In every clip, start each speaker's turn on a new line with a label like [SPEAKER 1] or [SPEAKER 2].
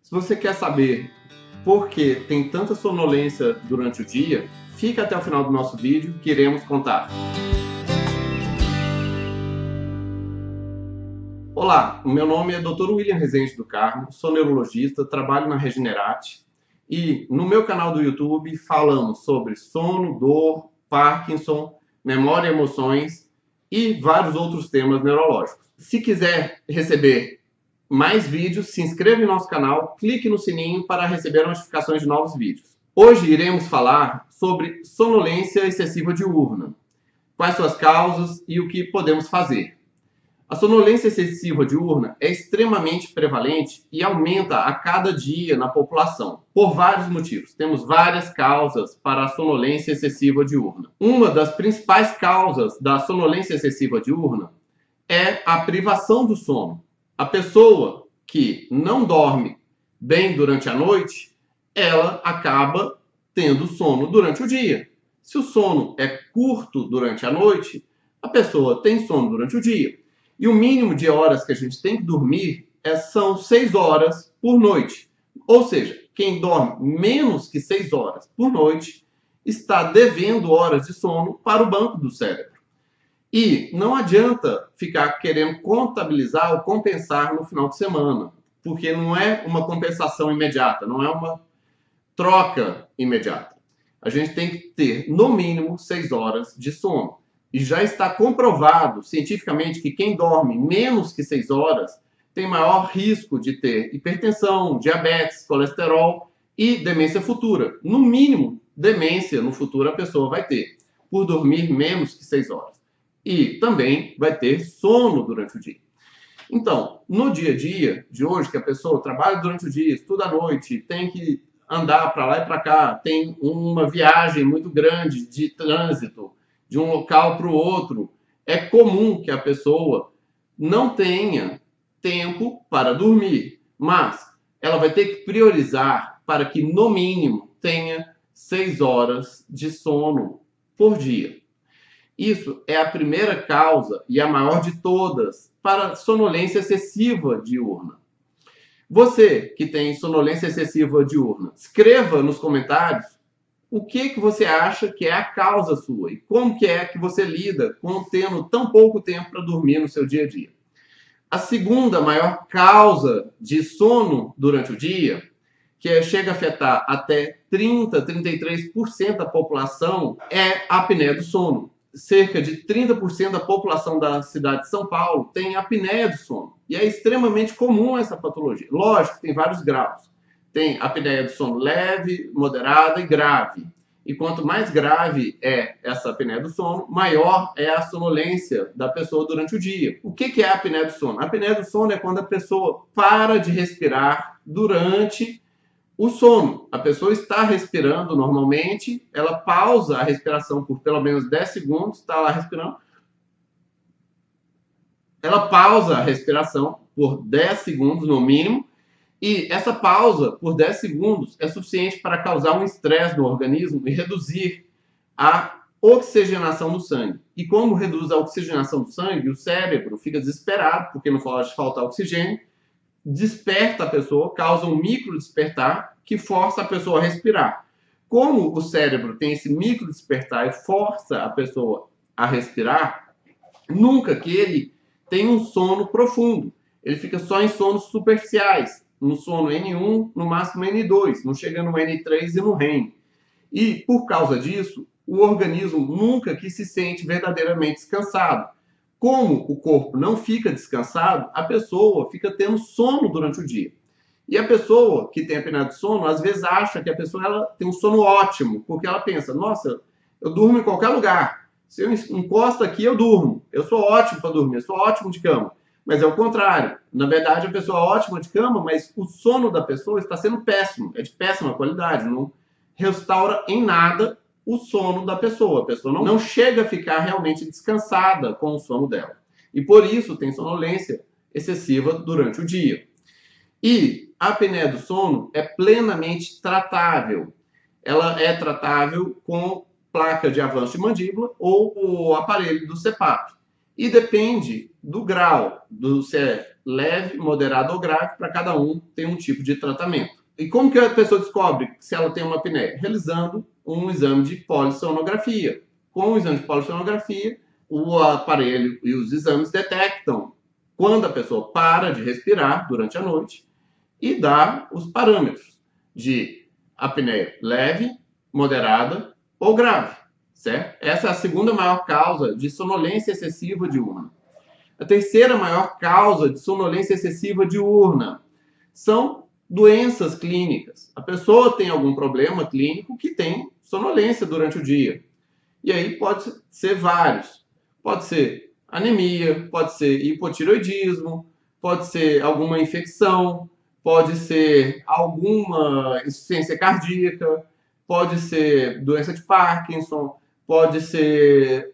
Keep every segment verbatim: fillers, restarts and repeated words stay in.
[SPEAKER 1] Se você quer saber por que tem tanta sonolência durante o dia, fica até o final do nosso vídeo que iremos contar. Olá, o meu nome é doutor William Rezende do Carmo, sou neurologista, trabalho na Regenerate e no meu canal do YouTube falamos sobre sono, dor, Parkinson, memória e emoções e vários outros temas neurológicos. Se quiser receber mais vídeos, se inscreva em nosso canal, clique no sininho para receber notificações de novos vídeos. Hoje iremos falar sobre sonolência excessiva diurna, quais suas causas e o que podemos fazer. A sonolência excessiva diurna é extremamente prevalente e aumenta a cada dia na população, por vários motivos. Temos várias causas para a sonolência excessiva diurna. Uma das principais causas da sonolência excessiva diurna é a privação do sono. A pessoa que não dorme bem durante a noite, ela acaba tendo sono durante o dia. Se o sono é curto durante a noite, a pessoa tem sono durante o dia. E o mínimo de horas que a gente tem que dormir é, são seis horas por noite. Ou seja, quem dorme menos que seis horas por noite está devendo horas de sono para o banco do cérebro. E não adianta ficar querendo contabilizar ou compensar no final de semana, porque não é uma compensação imediata, não é uma troca imediata. A gente tem que ter, no mínimo, seis horas de sono. E já está comprovado cientificamente que quem dorme menos que seis horas tem maior risco de ter hipertensão, diabetes, colesterol e demência futura. No mínimo, demência no futuro a pessoa vai ter, por dormir menos que seis horas. E também vai ter sono durante o dia. Então, no dia a dia de hoje, que a pessoa trabalha durante o dia, estuda à noite, tem que andar para lá e para cá, tem uma viagem muito grande de trânsito, de um local para o outro, é comum que a pessoa não tenha tempo para dormir, mas ela vai ter que priorizar para que, no mínimo, tenha seis horas de sono por dia. Isso é a primeira causa e a maior de todas para sonolência excessiva diurna. Você que tem sonolência excessiva diurna, escreva nos comentários o que, que você acha que é a causa sua e como que é que você lida com tendo tão pouco tempo para dormir no seu dia a dia. A segunda maior causa de sono durante o dia, que chega a afetar até trinta, trinta e três por cento da população, é a apneia do sono. Cerca de trinta por cento da população da cidade de São Paulo tem apneia do sono. E é extremamente comum essa patologia. Lógico, tem vários graus. Tem apneia do sono leve, moderada e grave. E quanto mais grave é essa apneia do sono, maior é a sonolência da pessoa durante o dia. O que é a apneia do sono? A apneia do sono é quando a pessoa para de respirar durante o sono. A pessoa está respirando normalmente, ela pausa a respiração por pelo menos dez segundos, está lá respirando. Ela pausa a respiração por dez segundos no mínimo, e essa pausa por dez segundos é suficiente para causar um estresse no organismo e reduzir a oxigenação do sangue. E como reduz a oxigenação do sangue, o cérebro fica desesperado, porque não pode faltar oxigênio, desperta a pessoa, causa um micro despertar que força a pessoa a respirar. Como o cérebro tem esse micro despertar e força a pessoa a respirar, nunca que ele tenha um sono profundo. Ele fica só em sonos superficiais, no sono N um, no máximo N dois, não chega no N três e no REM. E por causa disso, o organismo nunca que se sente verdadeiramente descansado. Como o corpo não fica descansado, a pessoa fica tendo sono durante o dia. E a pessoa que tem apneia do sono, às vezes acha que a pessoa ela tem um sono ótimo, porque ela pensa, nossa, eu durmo em qualquer lugar. Se eu encosto aqui, eu durmo. Eu sou ótimo para dormir, eu sou ótimo de cama. Mas é o contrário. Na verdade, a pessoa é ótima de cama, mas o sono da pessoa está sendo péssimo. É de péssima qualidade. Não restaura em nada o sono da pessoa. A pessoa não, não chega a ficar realmente descansada com o sono dela. E por isso tem sonolência excessiva durante o dia. E a apneia do sono é plenamente tratável. Ela é tratável com placa de avanço de mandíbula ou o aparelho do CPAP. E depende do grau, do se é leve, moderada ou grave, para cada um tem um tipo de tratamento. E como que a pessoa descobre se ela tem uma apneia? Realizando um exame de polissonografia. Com o exame de polissonografia, o aparelho e os exames detectam quando a pessoa para de respirar durante a noite e dá os parâmetros de apneia leve, moderada ou grave, certo? Essa é a segunda maior causa de sonolência excessiva diurna. A terceira maior causa de sonolência excessiva diurna são doenças clínicas. A pessoa tem algum problema clínico que tem sonolência durante o dia. E aí pode ser vários. Pode ser anemia, pode ser hipotireoidismo, pode ser alguma infecção, pode ser alguma insuficiência cardíaca, pode ser doença de Parkinson, pode ser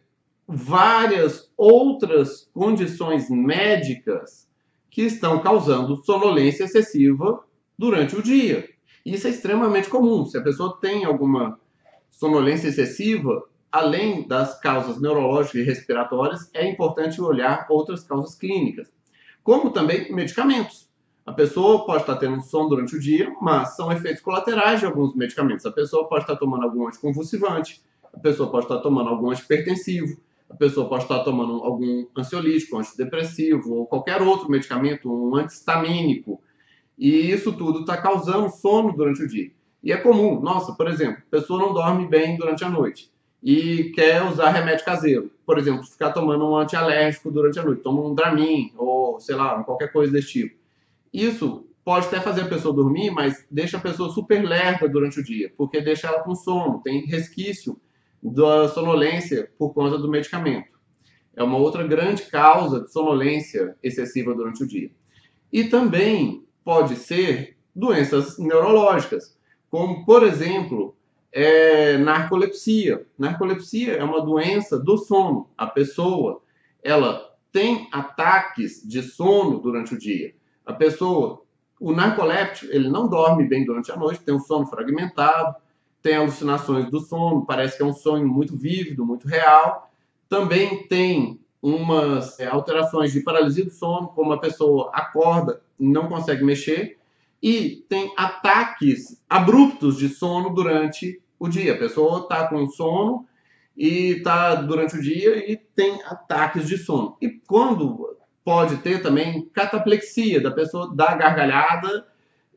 [SPEAKER 1] várias outras condições médicas que estão causando sonolência excessiva durante o dia. Isso é extremamente comum. Se a pessoa tem alguma sonolência excessiva, além das causas neurológicas e respiratórias, é importante olhar outras causas clínicas, como também medicamentos. A pessoa pode estar tendo sono durante o dia, mas são efeitos colaterais de alguns medicamentos. A pessoa pode estar tomando algum anticonvulsivante, a pessoa pode estar tomando algum antipertensivo, a pessoa pode estar tomando algum ansiolítico, antidepressivo ou qualquer outro medicamento, um antihistamínico. E isso tudo está causando sono durante o dia. E é comum, nossa, por exemplo, a pessoa não dorme bem durante a noite e quer usar remédio caseiro. Por exemplo, ficar tomando um antialérgico durante a noite, toma um Dramin ou, sei lá, qualquer coisa desse tipo. Isso pode até fazer a pessoa dormir, mas deixa a pessoa super lerda durante o dia, porque deixa ela com sono, tem resquício da sonolência por conta do medicamento. É uma outra grande causa de sonolência excessiva durante o dia. E também pode ser doenças neurológicas, como, por exemplo, é, narcolepsia. Narcolepsia é uma doença do sono. A pessoa, ela tem ataques de sono durante o dia. A pessoa, o narcoléptico, ele não dorme bem durante a noite, tem um sono fragmentado, tem alucinações do sono, parece que é um sonho muito vívido, muito real. Também tem umas é, alterações de paralisia do sono, como a pessoa acorda e não consegue mexer, e tem ataques abruptos de sono durante o dia. A pessoa está com sono e está durante o dia e tem ataques de sono. E quando pode ter também cataplexia, da pessoa dar gargalhada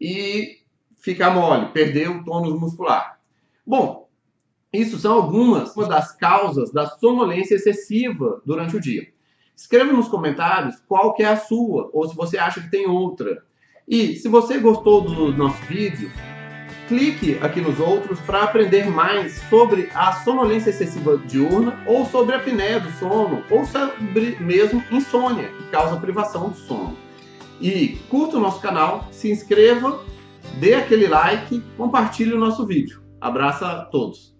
[SPEAKER 1] e ficar mole, perder o tônus muscular. Bom, isso são algumas das causas da sonolência excessiva durante o dia. Escreva nos comentários qual que é a sua, ou se você acha que tem outra. E se você gostou do nosso vídeo, clique aqui nos outros para aprender mais sobre a sonolência excessiva diurna, ou sobre a apneia do sono, ou sobre mesmo insônia, que causa privação do sono. E curta o nosso canal, se inscreva, dê aquele like, compartilhe o nosso vídeo. Abraço a todos!